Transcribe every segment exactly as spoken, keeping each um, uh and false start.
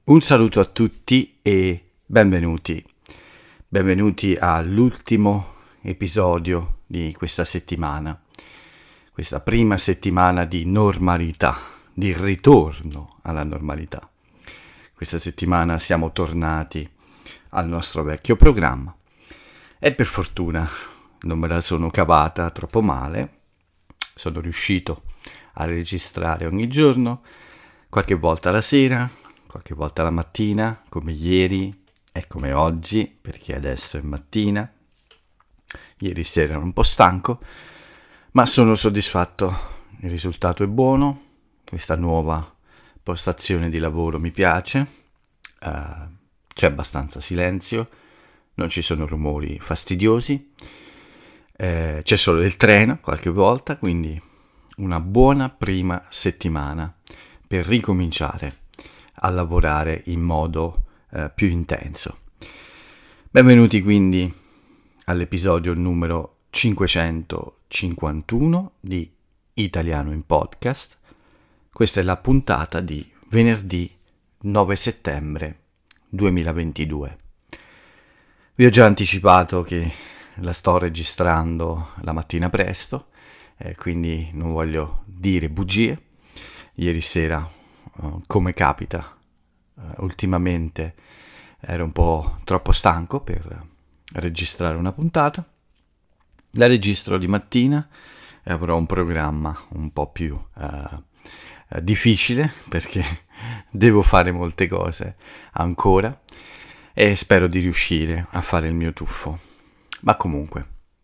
Un saluto a tutti e benvenuti. Benvenuti all'ultimo episodio di questa settimana. Questa prima settimana di normalità, di ritorno alla normalità. Questa settimana siamo tornati al nostro vecchio programma e per fortuna non me la sono cavata troppo male. Sono riuscito a registrare ogni giorno, qualche volta la sera, qualche volta la mattina, come ieri e come oggi, perché adesso è mattina. Ieri sera ero un po' stanco, ma sono soddisfatto. Il risultato è buono. Questa nuova postazione di lavoro mi piace. Uh, c'è abbastanza silenzio, non ci sono rumori fastidiosi. Eh, c'è solo il treno qualche volta, quindi una buona prima settimana per ricominciare a lavorare in modo eh, più intenso. Benvenuti quindi all'episodio numero cinquecentocinquantuno di Italiano in Podcast. Questa è la puntata di venerdì nove settembre duemilaventidue. Vi ho già anticipato che la sto registrando la mattina presto, eh, quindi non voglio dire bugie. Ieri sera, uh, come capita, uh, ultimamente ero un po' troppo stanco per registrare una puntata. La registro di mattina e avrò un programma un po' più uh, uh, difficile perché devo fare molte cose ancora e spero di riuscire a fare il mio tuffo. Ma comunque,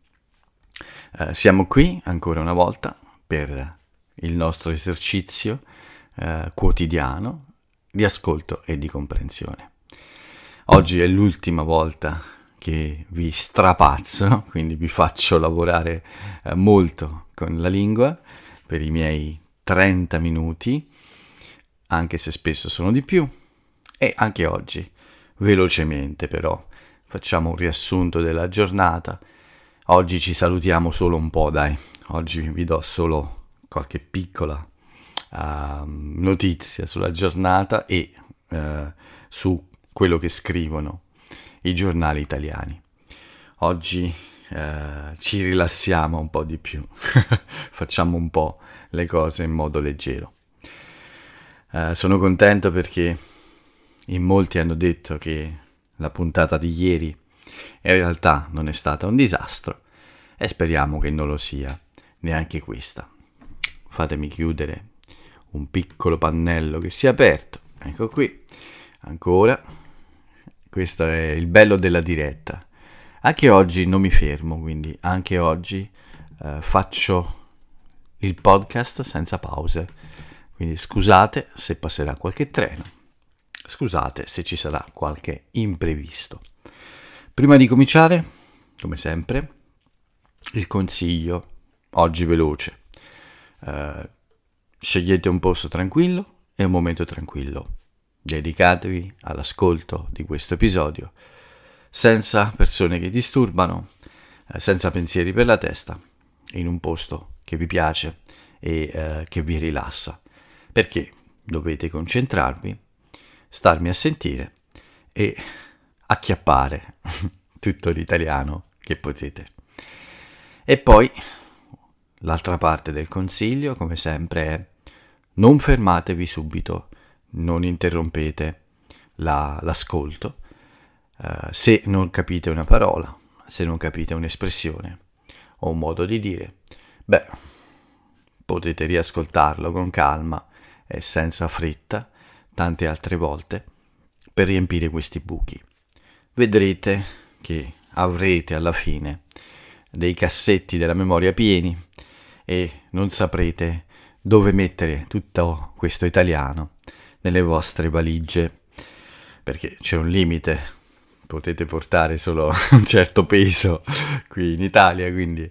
uh, siamo qui ancora una volta per il nostro esercizio eh, quotidiano di ascolto e di comprensione. Oggi è l'ultima volta che vi strapazzo, quindi vi faccio lavorare eh, molto con la lingua per i miei trenta minuti, anche se spesso sono di più, e anche oggi, velocemente però, facciamo un riassunto della giornata. Oggi ci salutiamo solo un po', dai, oggi vi do solo qualche piccola uh, notizia sulla giornata e uh, su quello che scrivono i giornali italiani. Oggi uh, ci rilassiamo un po' di più, facciamo un po' le cose in modo leggero. Uh, sono contento perché in molti hanno detto che la puntata di ieri in realtà non è stata un disastro e speriamo che non lo sia neanche questa. Fatemi chiudere un piccolo pannello che si è aperto. Ecco qui, ancora. Questo è il bello della diretta. Anche oggi non mi fermo, quindi anche oggi eh, faccio il podcast senza pause. Quindi scusate se passerà qualche treno. Scusate se ci sarà qualche imprevisto. Prima di cominciare, come sempre, il consiglio, oggi veloce. Uh, scegliete un posto tranquillo e un momento tranquillo. Dedicatevi all'ascolto di questo episodio senza persone che disturbano, uh, senza pensieri per la testa, in un posto che vi piace e uh, che vi rilassa, perché dovete concentrarvi, starmi a sentire e acchiappare tutto l'italiano che potete. E poi l'altra parte del consiglio, come sempre, è non fermatevi subito, non interrompete la, l'ascolto uh, se non capite una parola, se non capite un'espressione o un modo di dire. Beh, potete riascoltarlo con calma e senza fretta tante altre volte per riempire questi buchi. Vedrete che avrete alla fine dei cassetti della memoria pieni e non saprete dove mettere tutto questo italiano nelle vostre valigie, perché c'è un limite, potete portare solo un certo peso qui in Italia, quindi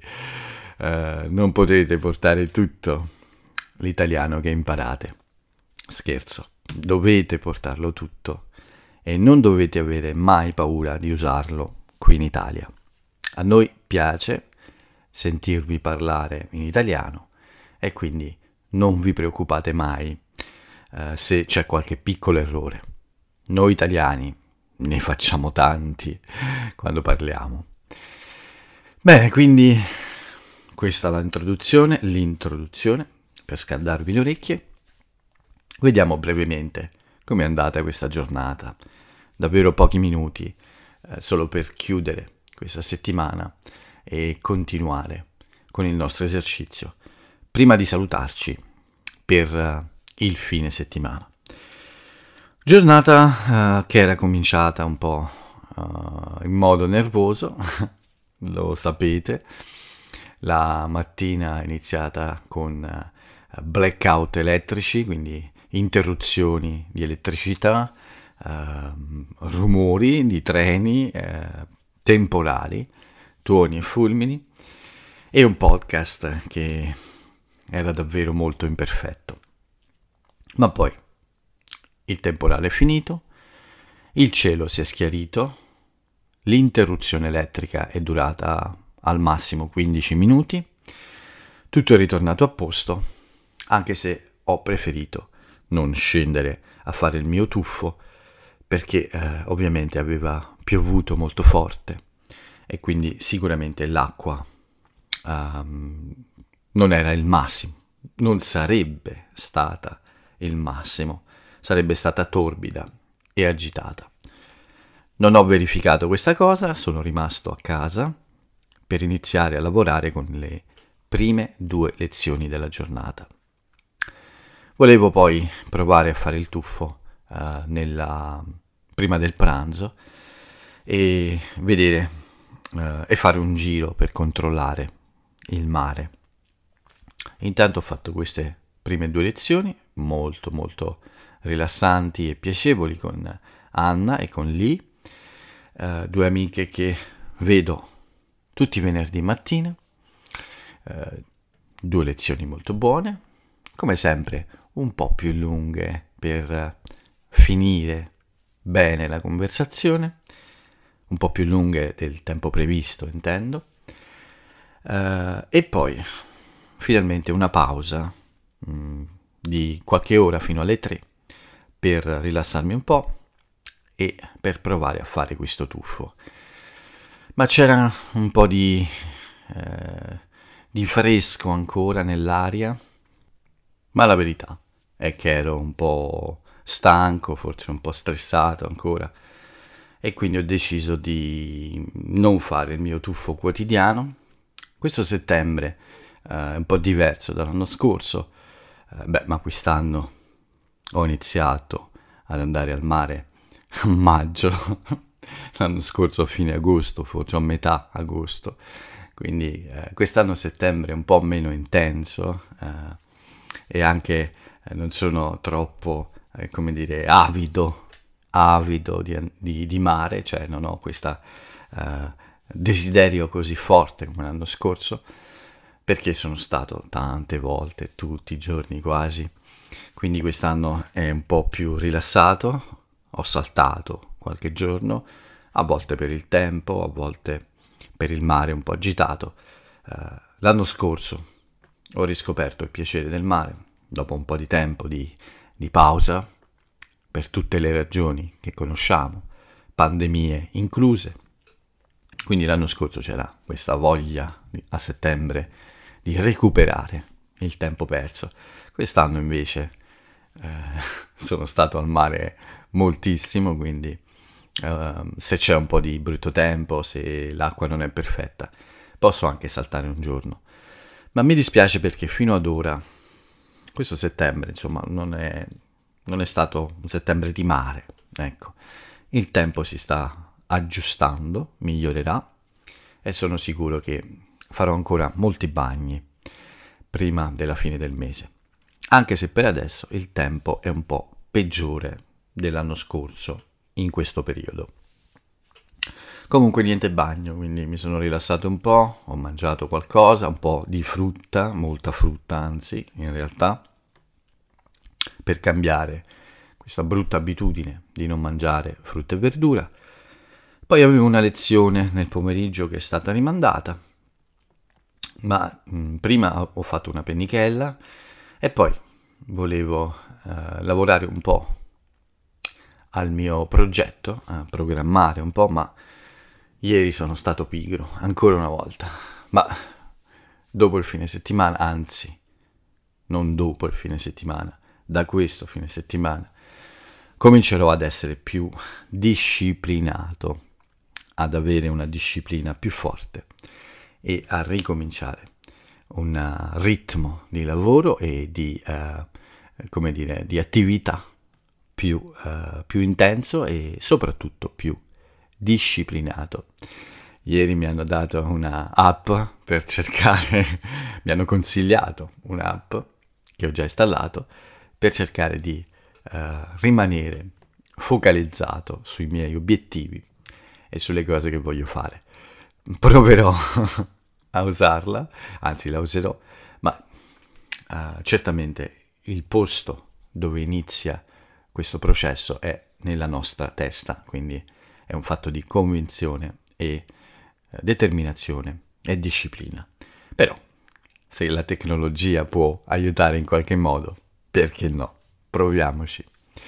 eh, non potete portare tutto l'italiano che imparate. Scherzo, dovete portarlo tutto e non dovete avere mai paura di usarlo qui in Italia. A noi piace sentirvi parlare in italiano e quindi non vi preoccupate mai eh, se c'è qualche piccolo errore. noi italiani ne facciamo tanti quando parliamo. Bene, quindi questa è l'introduzione, l'introduzione per scaldarvi le orecchie. Vediamo brevemente come è andata questa giornata, davvero pochi minuti, eh, solo per chiudere questa settimana e continuare con il nostro esercizio, prima di salutarci per uh, il fine settimana. Giornata uh, che era cominciata un po' uh, in modo nervoso, lo sapete, la mattina è iniziata con uh, blackout elettrici, quindi interruzioni di elettricità, uh, rumori di treni, uh, temporali, tuoni e fulmini, e un podcast che era davvero molto imperfetto. Ma poi il temporale è finito, il cielo si è schiarito, l'interruzione elettrica è durata al massimo quindici minuti, tutto è ritornato a posto, anche se ho preferito non scendere a fare il mio tuffo perché eh, ovviamente aveva piovuto molto forte e quindi sicuramente l'acqua um, non era il massimo, non sarebbe stata il massimo, sarebbe stata torbida e agitata. Non ho verificato questa cosa, sono rimasto a casa per iniziare a lavorare con le prime due lezioni della giornata. Volevo poi provare a fare il tuffo uh, nella, prima del pranzo e vedere uh, e fare un giro per controllare il mare. Intanto ho fatto queste prime due lezioni molto molto rilassanti e piacevoli con Anna e con Lee, uh, due amiche che vedo tutti i venerdì mattina, uh, due lezioni molto buone, come sempre un po' più lunghe per uh, finire bene la conversazione, un po' più lunghe del tempo previsto, intendo, uh, e poi finalmente una pausa mh, di qualche ora fino alle tre per rilassarmi un po' e per provare a fare questo tuffo. Ma c'era un po' di, eh, di fresco ancora nell'aria, ma la verità è che ero un po' stanco, forse un po' stressato ancora, e quindi ho deciso di non fare il mio tuffo quotidiano. Questo settembre eh, è un po' diverso dall'anno scorso, eh, beh, ma quest'anno ho iniziato ad andare al mare a maggio, l'anno scorso a fine agosto, forse a metà agosto, quindi eh, quest'anno settembre è un po' meno intenso eh, e anche eh, non sono troppo, eh, come dire, avido, avido di, di, di mare, cioè non ho questo eh, desiderio così forte come l'anno scorso, perché sono stato tante volte, tutti i giorni quasi, quindi quest'anno è un po' più rilassato, ho saltato qualche giorno, a volte per il tempo, a volte per il mare un po' agitato. Uh, l'anno scorso ho riscoperto il piacere del mare, dopo un po' di tempo di, di pausa, per tutte le ragioni che conosciamo, pandemie incluse. Quindi l'anno scorso c'era questa voglia a settembre di recuperare il tempo perso. Quest'anno invece eh, sono stato al mare moltissimo, quindi Uh, se c'è un po' di brutto tempo, se l'acqua non è perfetta, posso anche saltare un giorno. Ma mi dispiace perché fino ad ora, questo settembre, insomma, non è, non è stato un settembre di mare. Ecco, il tempo si sta aggiustando, migliorerà e sono sicuro che farò ancora molti bagni prima della fine del mese. Anche se per adesso il tempo è un po' peggiore dell'anno scorso in questo periodo. Comunque niente bagno, quindi mi sono rilassato un po', ho mangiato qualcosa, un po' di frutta, molta frutta anzi, in realtà, per cambiare questa brutta abitudine di non mangiare frutta e verdura. Poi avevo una lezione nel pomeriggio che è stata rimandata, ma mh, prima ho fatto una pennichella e poi volevo eh, lavorare un po' al mio progetto, a programmare un po', ma ieri sono stato pigro, ancora una volta. Ma dopo il fine settimana, anzi, non dopo il fine settimana, da questo fine settimana, comincerò ad essere più disciplinato, ad avere una disciplina più forte e a ricominciare un ritmo di lavoro e di, eh, come dire, di attività più, eh, più intenso e soprattutto più disciplinato. Ieri mi hanno dato una app per cercare, mi hanno consigliato un'app che ho già installato per cercare di eh, rimanere focalizzato sui miei obiettivi e sulle cose che voglio fare. Proverò a usarla, anzi la userò, ma uh, certamente il posto dove inizia questo processo è nella nostra testa, quindi è un fatto di convinzione e uh, determinazione e disciplina. Però, se la tecnologia può aiutare in qualche modo, perché no? Proviamoci.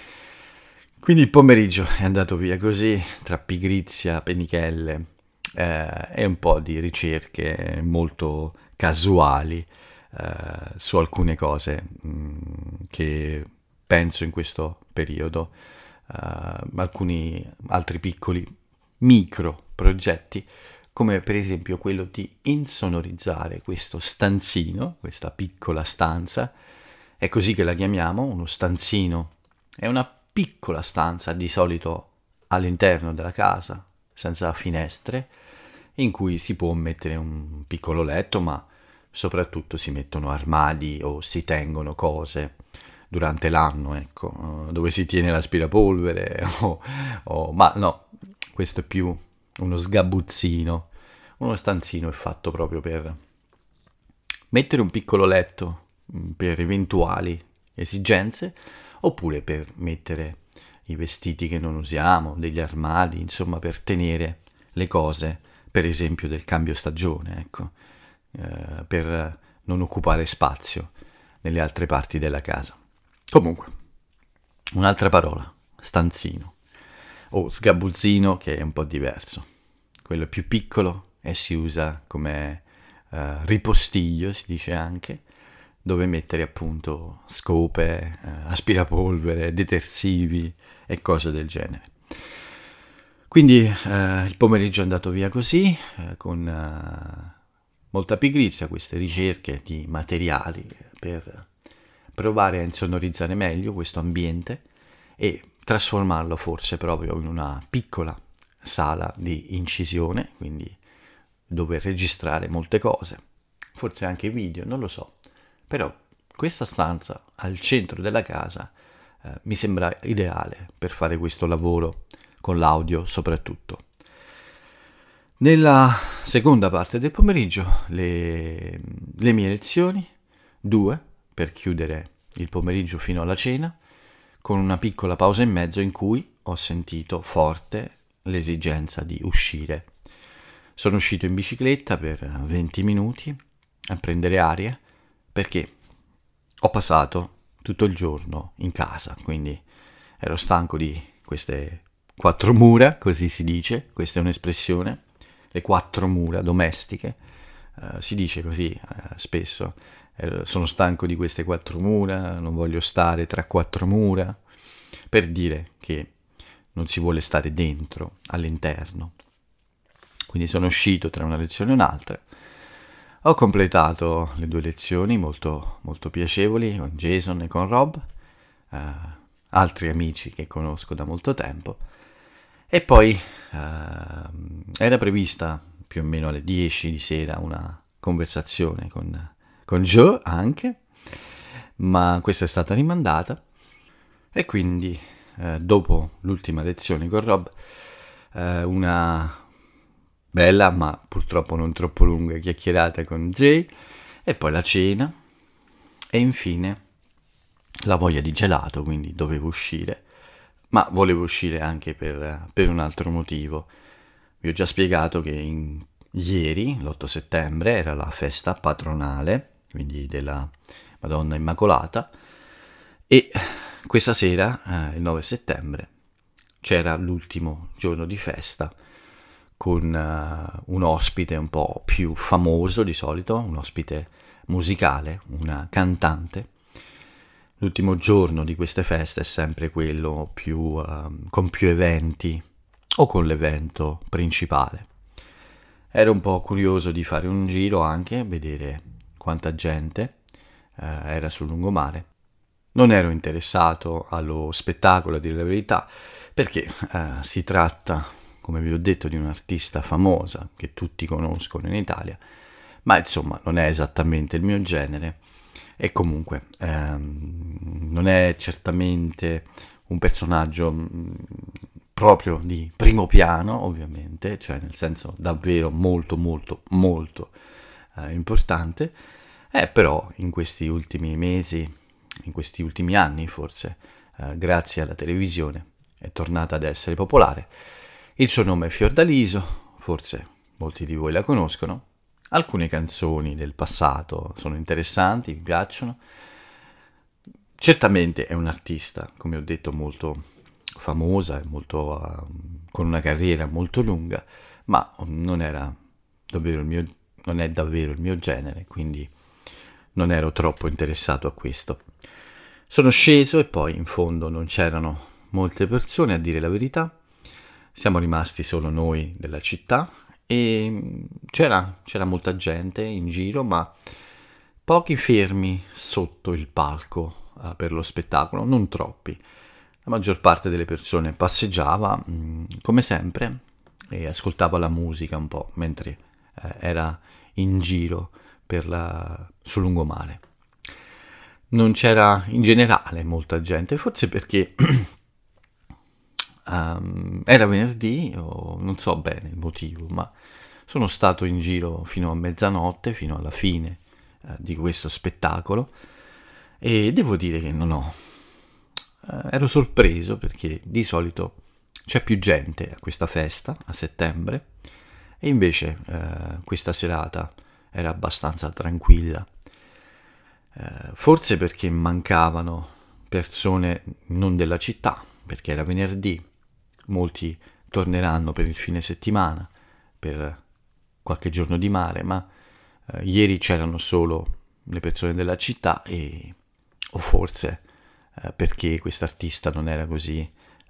Quindi il pomeriggio è andato via così, tra pigrizia, penichelle, eh, e un po' di ricerche molto casuali eh, su alcune cose mh, che penso in questo periodo, eh, alcuni altri piccoli micro progetti, come per esempio quello di insonorizzare questo stanzino, questa piccola stanza, è così che la chiamiamo, uno stanzino, è una piccola stanza di solito all'interno della casa, senza finestre, in cui si può mettere un piccolo letto, ma soprattutto si mettono armadi o si tengono cose durante l'anno, ecco, dove si tiene l'aspirapolvere, o, o, ma no, questo è più uno sgabuzzino, uno stanzino è fatto proprio per mettere un piccolo letto per eventuali esigenze, oppure per mettere i vestiti che non usiamo, degli armadi, insomma per tenere le cose, per esempio del cambio stagione, ecco, eh, per non occupare spazio nelle altre parti della casa. Comunque, un'altra parola, stanzino, o sgabuzzino, che è un po' diverso. Quello è più piccolo e si usa come eh, ripostiglio, si dice anche, dove mettere appunto scope, eh, aspirapolvere, detersivi e cose del genere. Quindi eh, il pomeriggio è andato via così, eh, con eh, molta pigrizia, queste ricerche di materiali per provare a insonorizzare meglio questo ambiente e trasformarlo forse proprio in una piccola sala di incisione, quindi dove registrare molte cose, forse anche video, non lo so. Però questa stanza al centro della casa eh, mi sembra ideale per fare questo lavoro con l'audio soprattutto. Nella seconda parte del pomeriggio le, le mie lezioni, due, per chiudere il pomeriggio fino alla cena, con una piccola pausa in mezzo in cui ho sentito forte l'esigenza di uscire. Sono uscito in bicicletta per venti minuti a prendere aria, perché ho passato tutto il giorno in casa, quindi ero stanco di queste quattro mura, così si dice, questa è un'espressione, le quattro mura domestiche, uh, si dice così uh, spesso, eh, sono stanco di queste quattro mura, non voglio stare tra quattro mura, per dire che non si vuole stare dentro, all'interno. Quindi sono uscito tra una lezione e un'altra. Ho completato le due lezioni molto, molto piacevoli con Jason e con Rob, eh, altri amici che conosco da molto tempo, e poi eh, era prevista più o meno alle dieci di sera una conversazione con, con Joe anche, ma questa è stata rimandata e quindi eh, dopo l'ultima lezione con Rob eh, una bella ma purtroppo non troppo lunga chiacchierata con Jay e poi la cena e infine la voglia di gelato, quindi dovevo uscire, ma volevo uscire anche per, per un altro motivo. Vi ho già spiegato che in, ieri, l'otto settembre, era la festa patronale, quindi della Madonna Immacolata, e questa sera, eh, il nove settembre, c'era l'ultimo giorno di festa con uh, un ospite un po' più famoso di solito, un ospite musicale, una cantante. L'ultimo giorno di queste feste è sempre quello più, uh, con più eventi o con l'evento principale. Ero un po' curioso di fare un giro anche, vedere quanta gente uh, era sul lungomare. Non ero interessato allo spettacolo, a dire la verità, perché uh, si tratta, come vi ho detto, di un'artista famosa che tutti conoscono in Italia, ma insomma non è esattamente il mio genere e comunque ehm, non è certamente un personaggio mh, proprio di primo piano, ovviamente, cioè nel senso davvero molto molto molto eh, importante, eh, però in questi ultimi mesi, in questi ultimi anni forse, eh, grazie alla televisione, è tornata ad essere popolare. Il suo nome è Fiordaliso, forse molti di voi la conoscono. Alcune canzoni del passato sono interessanti, mi piacciono. Certamente è un'artista, come ho detto, molto famosa, molto, uh, con una carriera molto lunga, ma non era davvero il mio, non è davvero il mio genere, quindi non ero troppo interessato a questo. Sono sceso e poi in fondo non c'erano molte persone, a dire la verità. Siamo rimasti solo noi della città e c'era, c'era molta gente in giro, ma pochi fermi sotto il palco uh, per lo spettacolo, non troppi. La maggior parte delle persone passeggiava, mh, come sempre, e ascoltava la musica un po' mentre eh, era in giro per la, sul lungomare. Non c'era in generale molta gente, forse perché um, era venerdì o non so bene il motivo, ma sono stato in giro fino a mezzanotte, fino alla fine uh, di questo spettacolo e devo dire che non ho... Uh, ero sorpreso perché di solito c'è più gente a questa festa a settembre e invece uh, questa serata era abbastanza tranquilla. Uh, forse perché mancavano persone non della città, perché era venerdì, molti torneranno per il fine settimana, per qualche giorno di mare, ma uh, ieri c'erano solo le persone della città e o forse uh, perché quest'artista non era così,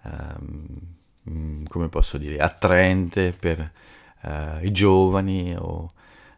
um, come posso dire, attraente per uh, i giovani o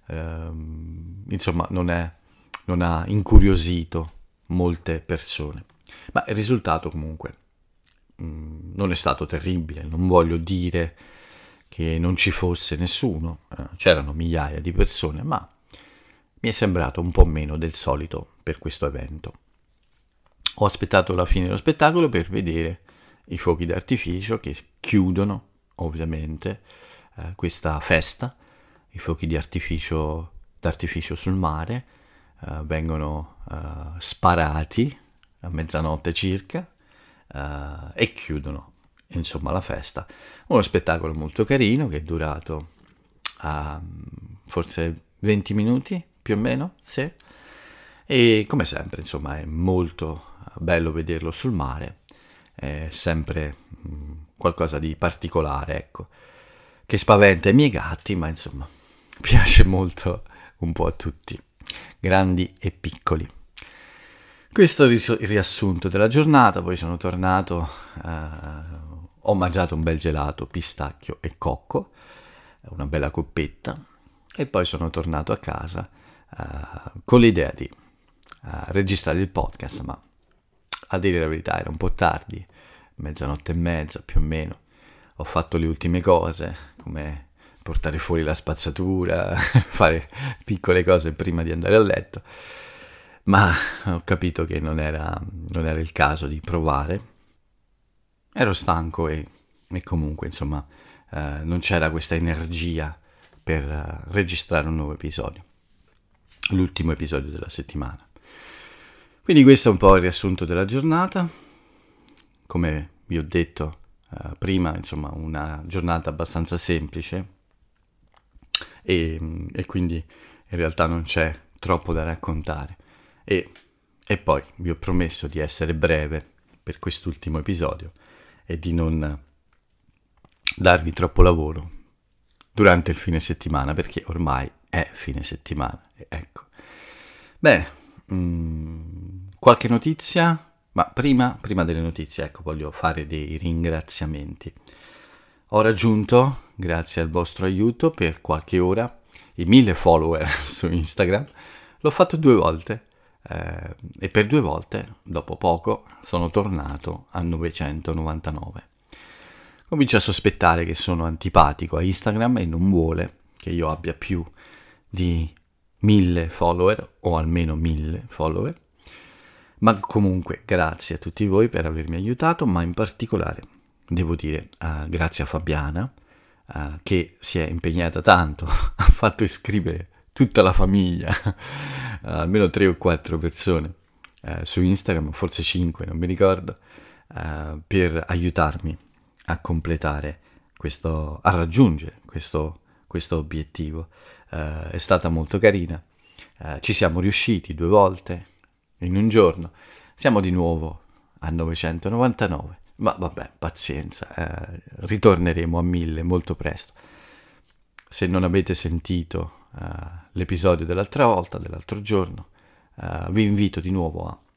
uh, insomma non è non ha incuriosito molte persone, ma il risultato comunque mh, non è stato terribile. Non voglio dire che non ci fosse nessuno, eh, c'erano migliaia di persone, ma mi è sembrato un po' meno del solito per questo evento. Ho aspettato la fine dello spettacolo per vedere i fuochi d'artificio che chiudono ovviamente eh, questa festa, i fuochi di artificio d'artificio sul mare. Uh, vengono uh, sparati a mezzanotte circa uh, e chiudono insomma la festa. Uno spettacolo molto carino che è durato uh, forse venti minuti più o meno, sì. E come sempre insomma è molto bello vederlo sul mare, è sempre mh, qualcosa di particolare, ecco, che spaventa i miei gatti, ma insomma piace molto un po' a tutti, grandi e piccoli. Questo è il riassunto della giornata. Poi sono tornato, eh, ho mangiato un bel gelato, pistacchio e cocco, una bella coppetta, e poi sono tornato a casa eh, con l'idea di eh, registrare il podcast, ma a dire la verità era un po' tardi, mezzanotte e mezza più o meno. Ho fatto le ultime cose, come portare fuori la spazzatura, fare piccole cose prima di andare a letto, ma ho capito che non era, non era il caso di provare. Ero stanco e, e comunque insomma eh, non c'era questa energia per uh, registrare un nuovo episodio, l'ultimo episodio della settimana. Quindi questo è un po' il riassunto della giornata. Come vi ho detto uh, prima, insomma una giornata abbastanza semplice, E, e quindi in realtà non c'è troppo da raccontare e, e poi vi ho promesso di essere breve per quest'ultimo episodio e di non darvi troppo lavoro durante il fine settimana, perché ormai è fine settimana, ecco. Bene, mh, qualche notizia, ma prima, prima delle notizie, ecco, voglio fare dei ringraziamenti. Ho raggiunto, grazie al vostro aiuto, per qualche ora i mille follower su Instagram. L'ho fatto due volte eh, e per due volte, dopo poco, sono tornato a novecentonovantanove. Comincio a sospettare che sono antipatico a Instagram e non vuole che io abbia più di mille follower, o almeno mille follower. Ma comunque grazie a tutti voi per avermi aiutato, ma in particolare devo dire uh, grazie a Fabiana, uh, che si è impegnata tanto, ha fatto iscrivere tutta la famiglia, uh, almeno tre o quattro persone uh, su Instagram, forse cinque, non mi ricordo, uh, per aiutarmi a completare questo, a raggiungere questo, questo obiettivo. Uh, è stata molto carina, uh, ci siamo riusciti due volte in un giorno, siamo di nuovo a novecentonovantanove, ma vabbè, pazienza, uh, ritorneremo a mille molto presto. Se non avete sentito uh, l'episodio dell'altra volta, dell'altro giorno, uh, vi invito di nuovo a,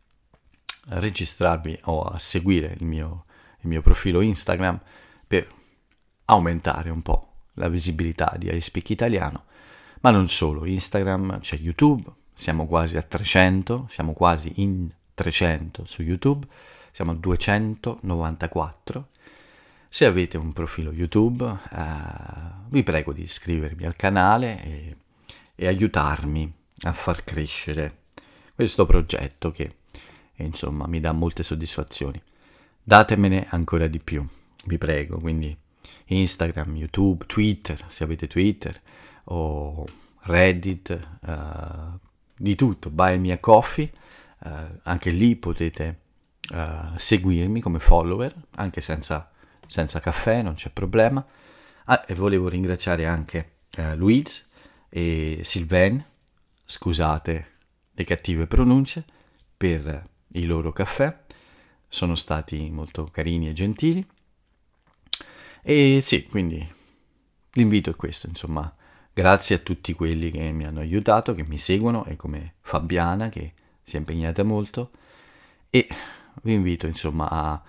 a registrarvi o a seguire il mio il mio profilo Instagram per aumentare un po' la visibilità di iSpeak Italiano, ma non solo. Instagram, c'è YouTube, siamo quasi a trecento, siamo quasi in trecento su YouTube, siamo a duecentonovantaquattro. Se avete un profilo YouTube, eh, vi prego di iscrivervi al canale e, e aiutarmi a far crescere questo progetto che, insomma, mi dà molte soddisfazioni. Datemene ancora di più, vi prego, quindi Instagram, YouTube, Twitter, se avete Twitter, o Reddit, uh, di tutto, Buy Me a Coffee, uh, anche lì potete uh, seguirmi come follower, anche senza, senza caffè, non c'è problema. Ah, e volevo ringraziare anche uh, Louise e Sylvain, scusate le cattive pronunce, per i loro caffè. Sono stati molto carini e gentili. E sì, quindi l'invito è questo, insomma, grazie a tutti quelli che mi hanno aiutato, che mi seguono, e come Fabiana, che si è impegnata molto, e vi invito, insomma, a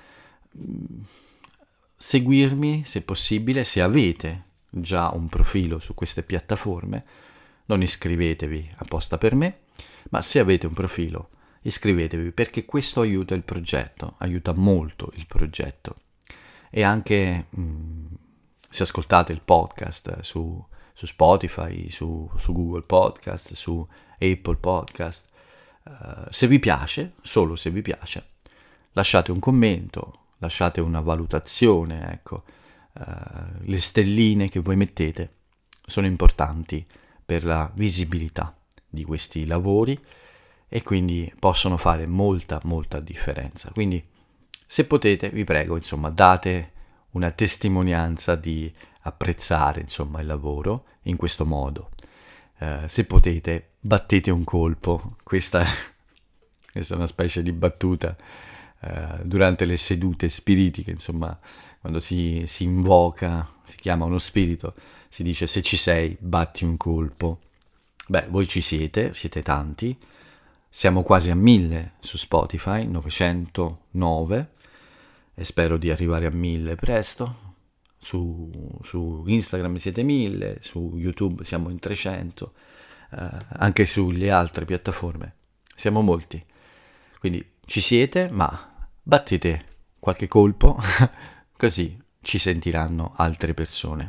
seguirmi se possibile. Se avete già un profilo su queste piattaforme, non iscrivetevi apposta per me, ma se avete un profilo, iscrivetevi, perché questo aiuta il progetto, aiuta molto il progetto. E anche mh, se ascoltate il podcast su, su Spotify, su, su Google Podcast, su Apple Podcast, uh, se vi piace, solo se vi piace, lasciate un commento, lasciate una valutazione, ecco, uh, le stelline che voi mettete sono importanti per la visibilità di questi lavori, e quindi possono fare molta, molta differenza. Quindi, se potete, vi prego, insomma, date una testimonianza di apprezzare, insomma, il lavoro in questo modo. Uh, se potete, battete un colpo. Questa, questa è una specie di battuta uh, durante le sedute spiritiche, insomma, quando si, si invoca, si chiama uno spirito, si dice: se ci sei, batti un colpo. Beh, voi ci siete, siete tanti. Siamo quasi a mille su Spotify, novecentonove, e spero di arrivare a mille presto. Su, su Instagram siete mille, su YouTube siamo in trecento, eh, anche sulle altre piattaforme siamo molti. Quindi ci siete, ma battete qualche colpo, così ci sentiranno altre persone.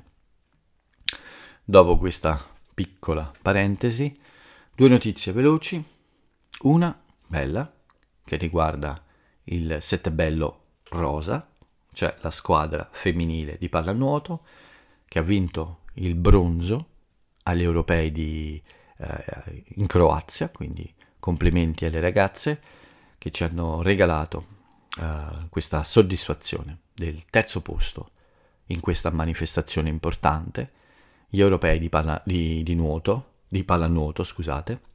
Dopo questa piccola parentesi, due notizie veloci. Una bella, che riguarda il Settebello Rosa, cioè la squadra femminile di pallanuoto, che ha vinto il bronzo agli europei di, eh, in Croazia, quindi complimenti alle ragazze che ci hanno regalato eh, questa soddisfazione del terzo posto in questa manifestazione importante, gli europei di, palla, di, di nuoto, di pallanuoto, scusate,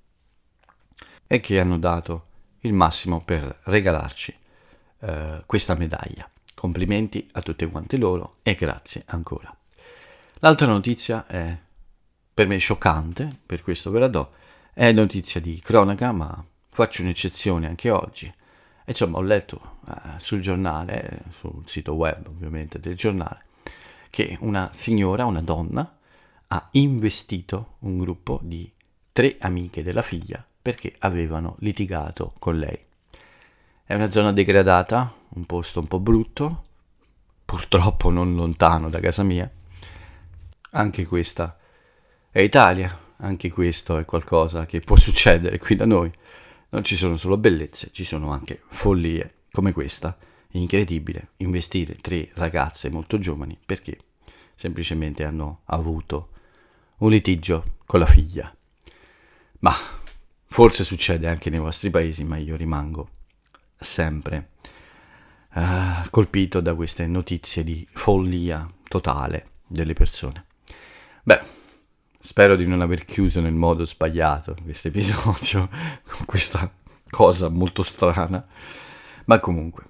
e che hanno dato il massimo per regalarci uh, questa medaglia. complimenti a tutte quante loro e grazie ancora. L'altra notizia è per me scioccante, per questo ve la do, è notizia di cronaca, ma faccio un'eccezione anche oggi. Insomma, ho letto eh, sul giornale, sul sito web ovviamente del giornale, che una signora, una donna, ha investito un gruppo di tre amiche della figlia perché avevano litigato con lei. È una zona degradata, un posto un po' brutto, purtroppo non lontano da casa mia. Anche questa è Italia, anche questo è qualcosa che può succedere qui da noi. Non ci sono solo bellezze, ci sono anche follie come questa. È incredibile investire tre ragazze molto giovani perché semplicemente hanno avuto un litigio con la figlia. Ma forse succede anche nei vostri paesi, ma io rimango sempre uh, colpito da queste notizie di follia totale delle persone. Beh, spero di non aver chiuso nel modo sbagliato questo episodio con questa cosa molto strana, ma comunque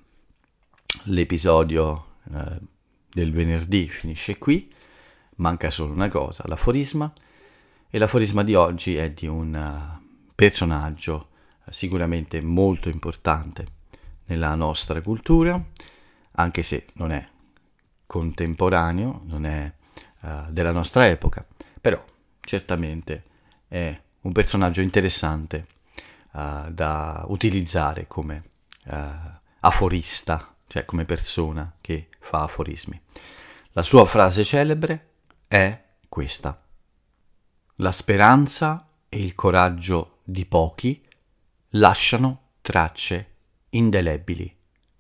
l'episodio uh, del venerdì finisce qui, manca solo una cosa, l'aforisma, e l'aforisma di oggi è di un uh, personaggio uh, sicuramente molto importante nella nostra cultura, anche se non è contemporaneo, non è uh, della nostra epoca, però certamente è un personaggio interessante uh, da utilizzare come uh, aforista, cioè come persona che fa aforismi. La sua frase celebre è questa: la speranza e il coraggio di pochi lasciano tracce indelebili.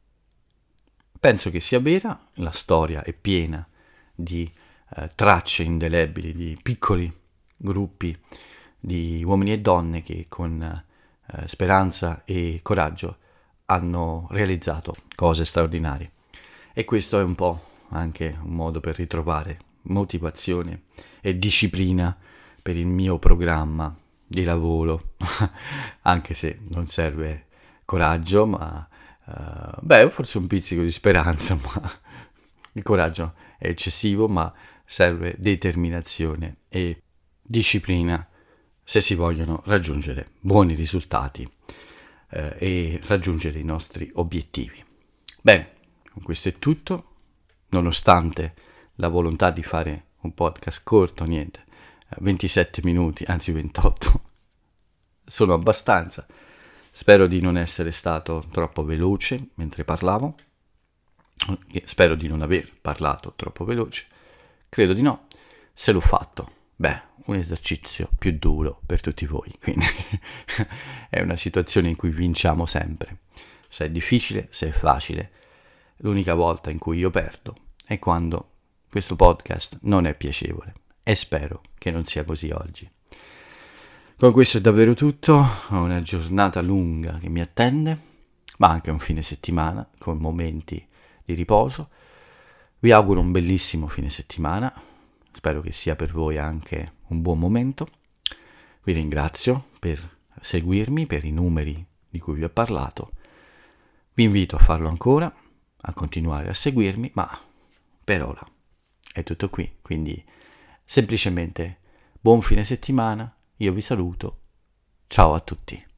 Penso che sia vera, la storia è piena di eh, tracce indelebili, di piccoli gruppi di uomini e donne che con eh, speranza e coraggio hanno realizzato cose straordinarie. E questo è un po' anche un modo per ritrovare motivazione e disciplina per il mio programma di lavoro, anche se non serve coraggio, ma uh, beh, forse un pizzico di speranza, ma il coraggio è eccessivo, ma serve determinazione e disciplina se si vogliono raggiungere buoni risultati eh, e raggiungere i nostri obiettivi. Bene, con questo è tutto, nonostante la volontà di fare un podcast corto, niente, ventisette minuti, anzi ventotto, sono abbastanza. Spero di non essere stato troppo veloce mentre parlavo, spero di non aver parlato troppo veloce, credo di no. Se l'ho fatto, beh, un esercizio più duro per tutti voi, quindi è una situazione in cui vinciamo sempre. Se è difficile, se è facile, l'unica volta in cui io perdo è quando questo podcast non è piacevole, e spero che non sia così oggi. Con questo è davvero tutto, ho una giornata lunga che mi attende, ma anche un fine settimana con momenti di riposo. Vi auguro un bellissimo fine settimana, spero che sia per voi anche un buon momento. Vi ringrazio per seguirmi, per i numeri di cui vi ho parlato. Vi invito a farlo ancora, a continuare a seguirmi, ma per ora è tutto qui, quindi semplicemente buon fine settimana, io vi saluto, ciao a tutti.